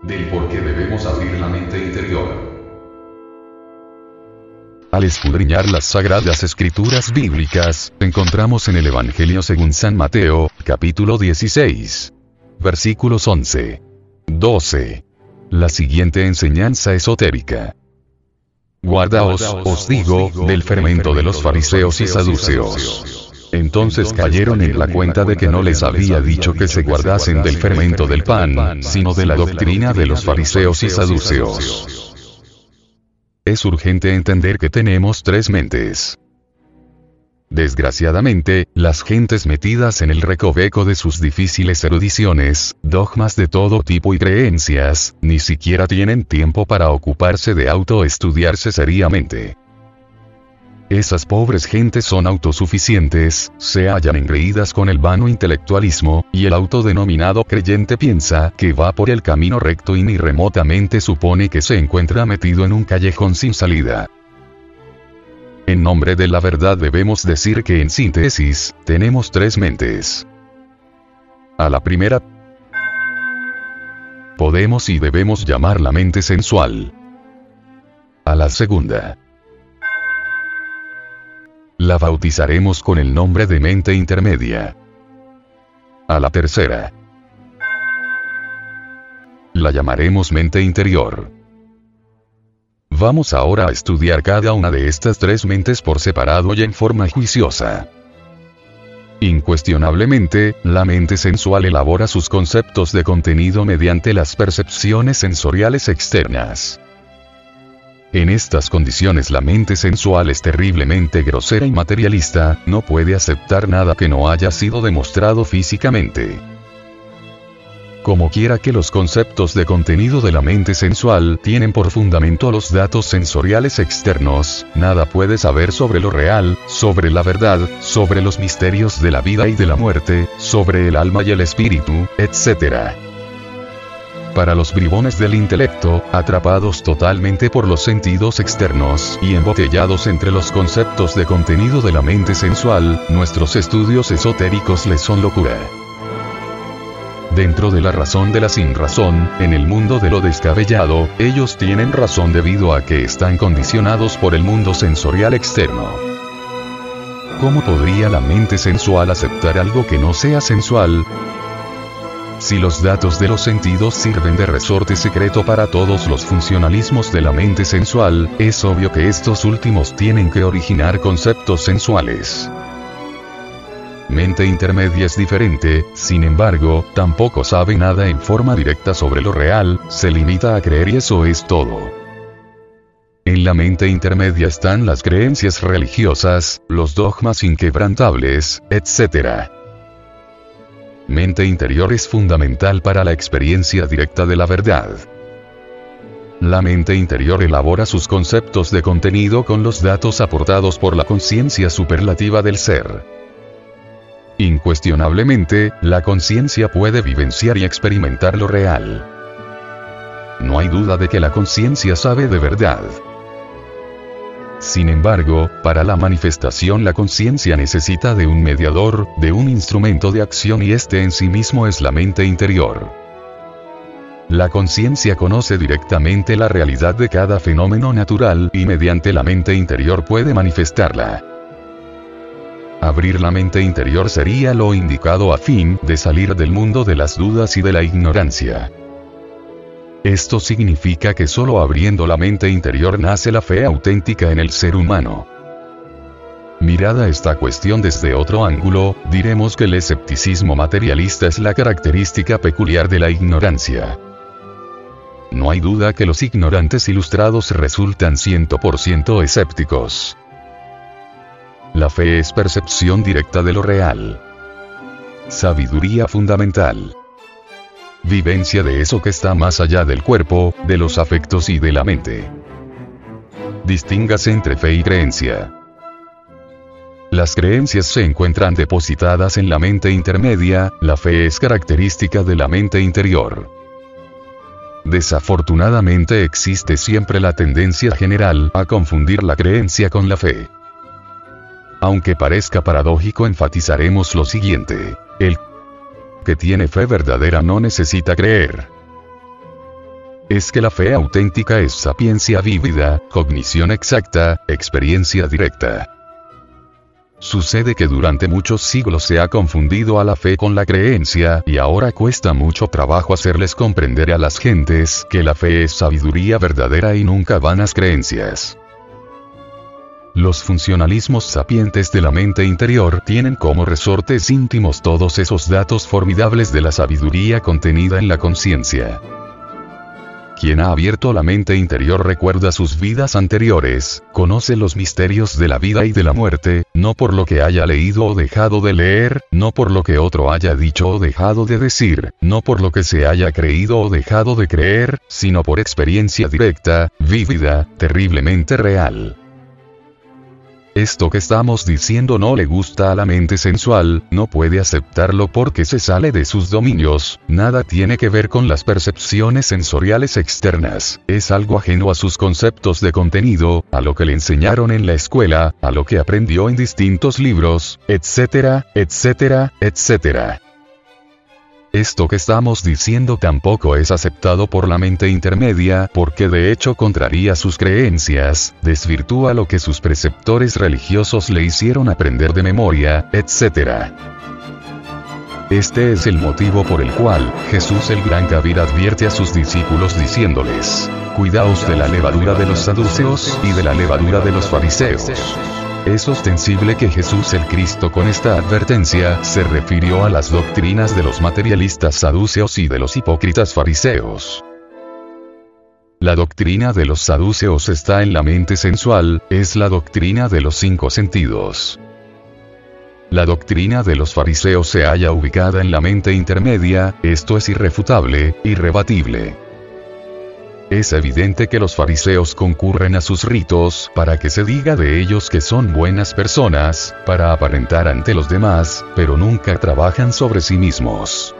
Del por qué debemos abrir la mente interior. Al escudriñar las sagradas escrituras bíblicas, encontramos en el Evangelio según San Mateo, capítulo 16, versículos 11, 12, la siguiente enseñanza esotérica. Guardaos, os digo, del fermento de los fariseos y saduceos. Entonces cayeron en la cuenta de que no les había dicho que se guardasen del fermento del pan, sino de la doctrina de los fariseos y saduceos. Es urgente entender que tenemos tres mentes. Desgraciadamente, las gentes metidas en el recoveco de sus difíciles erudiciones, dogmas de todo tipo y creencias, ni siquiera tienen tiempo para ocuparse de autoestudiarse seriamente. Esas pobres gentes son autosuficientes, se hallan engreídas con el vano intelectualismo, y el autodenominado creyente piensa que va por el camino recto y ni remotamente supone que se encuentra metido en un callejón sin salida. En nombre de la verdad debemos decir que en síntesis, tenemos tres mentes. A la primera, podemos y debemos llamar la mente sensual. A la segunda, la bautizaremos con el nombre de mente intermedia. A la tercera, la llamaremos mente interior. Vamos ahora a estudiar cada una de estas tres mentes por separado y en forma juiciosa. Incuestionablemente, la mente sensual elabora sus conceptos de contenido mediante las percepciones sensoriales externas. En estas condiciones la mente sensual es terriblemente grosera y materialista, no puede aceptar nada que no haya sido demostrado físicamente. Como quiera que los conceptos de contenido de la mente sensual tienen por fundamento los datos sensoriales externos, nada puede saber sobre lo real, sobre la verdad, sobre los misterios de la vida y de la muerte, sobre el alma y el espíritu, etc. Para los bribones del intelecto, atrapados totalmente por los sentidos externos y embotellados entre los conceptos de contenido de la mente sensual, nuestros estudios esotéricos les son locura. Dentro de la razón de la sinrazón, en el mundo de lo descabellado, ellos tienen razón debido a que están condicionados por el mundo sensorial externo. ¿Cómo podría la mente sensual aceptar algo que no sea sensual? Si los datos de los sentidos sirven de resorte secreto para todos los funcionalismos de la mente sensual, es obvio que estos últimos tienen que originar conceptos sensuales. Mente intermedia es diferente, sin embargo, tampoco sabe nada en forma directa sobre lo real, se limita a creer y eso es todo. En la mente intermedia están las creencias religiosas, los dogmas inquebrantables, etc. Mente interior es fundamental para la experiencia directa de la verdad. La mente interior elabora sus conceptos de contenido con los datos aportados por la conciencia superlativa del ser. Incuestionablemente, la conciencia puede vivenciar y experimentar lo real. No hay duda de que la conciencia sabe de verdad. Sin embargo, para la manifestación la conciencia necesita de un mediador, de un instrumento de acción y este en sí mismo es la mente interior. La conciencia conoce directamente la realidad de cada fenómeno natural y mediante la mente interior puede manifestarla. Abrir la mente interior sería lo indicado a fin de salir del mundo de las dudas y de la ignorancia. Esto significa que solo abriendo la mente interior nace la fe auténtica en el ser humano. Mirada esta cuestión desde otro ángulo, diremos que el escepticismo materialista es la característica peculiar de la ignorancia. No hay duda que los ignorantes ilustrados resultan 100% escépticos. La fe es percepción directa de lo real. Sabiduría fundamental. Vivencia de eso que está más allá del cuerpo, de los afectos y de la mente. Distíngase entre fe y creencia. Las creencias se encuentran depositadas en la mente intermedia, la fe es característica de la mente interior. Desafortunadamente existe siempre la tendencia general a confundir la creencia con la fe. Aunque parezca paradójico, enfatizaremos lo siguiente: el que tiene fe verdadera no necesita creer. es que la fe auténtica es sapiencia vívida, cognición exacta, experiencia directa. Sucede que durante muchos siglos se ha confundido a la fe con la creencia, y ahora cuesta mucho trabajo hacerles comprender a las gentes que la fe es sabiduría verdadera y nunca vanas creencias. Los funcionalismos sapientes de la mente interior tienen como resortes íntimos todos esos datos formidables de la sabiduría contenida en la conciencia. Quien ha abierto la mente interior recuerda sus vidas anteriores, conoce los misterios de la vida y de la muerte, no por lo que haya leído o dejado de leer, no por lo que otro haya dicho o dejado de decir, no por lo que se haya creído o dejado de creer, sino por experiencia directa, vívida, terriblemente real. Esto que estamos diciendo no le gusta a la mente sensual, no puede aceptarlo porque se sale de sus dominios, nada tiene que ver con las percepciones sensoriales externas, es algo ajeno a sus conceptos de contenido, a lo que le enseñaron en la escuela, a lo que aprendió en distintos libros, etcétera, etcétera, etcétera. Esto que estamos diciendo tampoco es aceptado por la mente intermedia, porque de hecho contraría sus creencias, desvirtúa lo que sus preceptores religiosos le hicieron aprender de memoria, etc. Este es el motivo por el cual Jesús el Gran Kabir advierte a sus discípulos diciéndoles: cuidaos de la levadura de los saduceos y de la levadura de los fariseos. Es ostensible que Jesús el Cristo con esta advertencia se refirió a las doctrinas de los materialistas saduceos y de los hipócritas fariseos. La doctrina de los saduceos está en la mente sensual, es la doctrina de los 5 sentidos. La doctrina de los fariseos se halla ubicada en la mente intermedia, esto es irrefutable, irrebatible. Es evidente que los fariseos concurren a sus ritos para que se diga de ellos que son buenas personas, para aparentar ante los demás, pero nunca trabajan sobre sí mismos.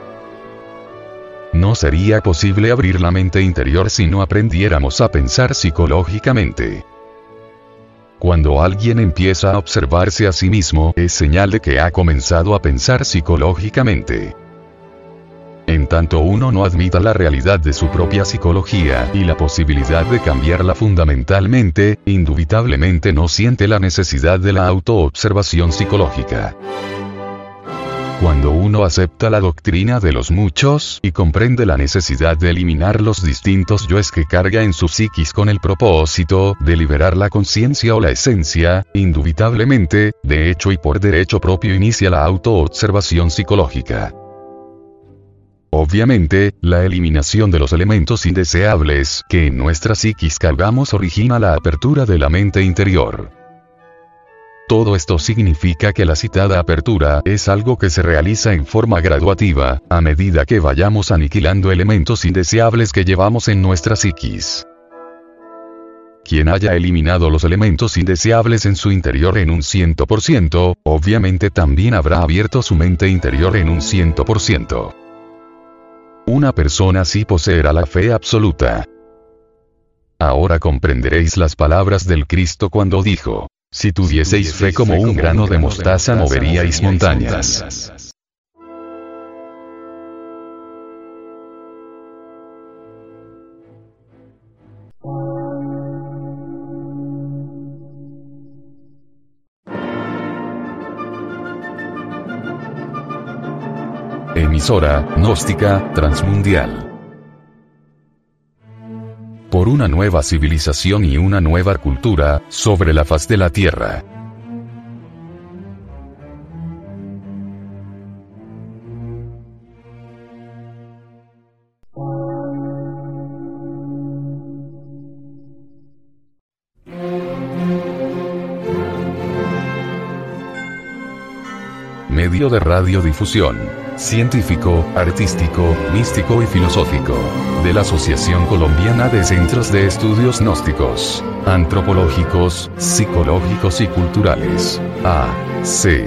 No sería posible abrir la mente interior si no aprendiéramos a pensar psicológicamente. Cuando alguien empieza a observarse a sí mismo, es señal de que ha comenzado a pensar psicológicamente. En tanto uno no admita la realidad de su propia psicología y la posibilidad de cambiarla fundamentalmente, indubitablemente no siente la necesidad de la autoobservación psicológica. Cuando uno acepta la doctrina de los muchos y comprende la necesidad de eliminar los distintos yoes que carga en su psiquis con el propósito de liberar la conciencia o la esencia, indubitablemente, de hecho y por derecho propio inicia la autoobservación psicológica. Obviamente, la eliminación de los elementos indeseables que en nuestra psiquis cargamos origina la apertura de la mente interior. Todo esto significa que la citada apertura es algo que se realiza en forma graduativa, a medida que vayamos aniquilando elementos indeseables que llevamos en nuestra psiquis. Quien haya eliminado los elementos indeseables en su interior en un 100%, obviamente también habrá abierto su mente interior en un 100%. Una persona así poseerá la fe absoluta. Ahora comprenderéis las palabras del Cristo cuando dijo: si tuvieseis fe como un grano de mostaza moveríais montañas. Emisora gnóstica transmundial. Por una nueva civilización y una nueva cultura sobre la faz de la Tierra. Medio de radiodifusión científico, artístico, místico y filosófico, de la Asociación Colombiana de Centros de Estudios Gnósticos, Antropológicos, Psicológicos y Culturales, AC.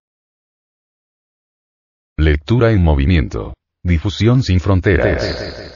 Lectura en movimiento. Difusión sin fronteras.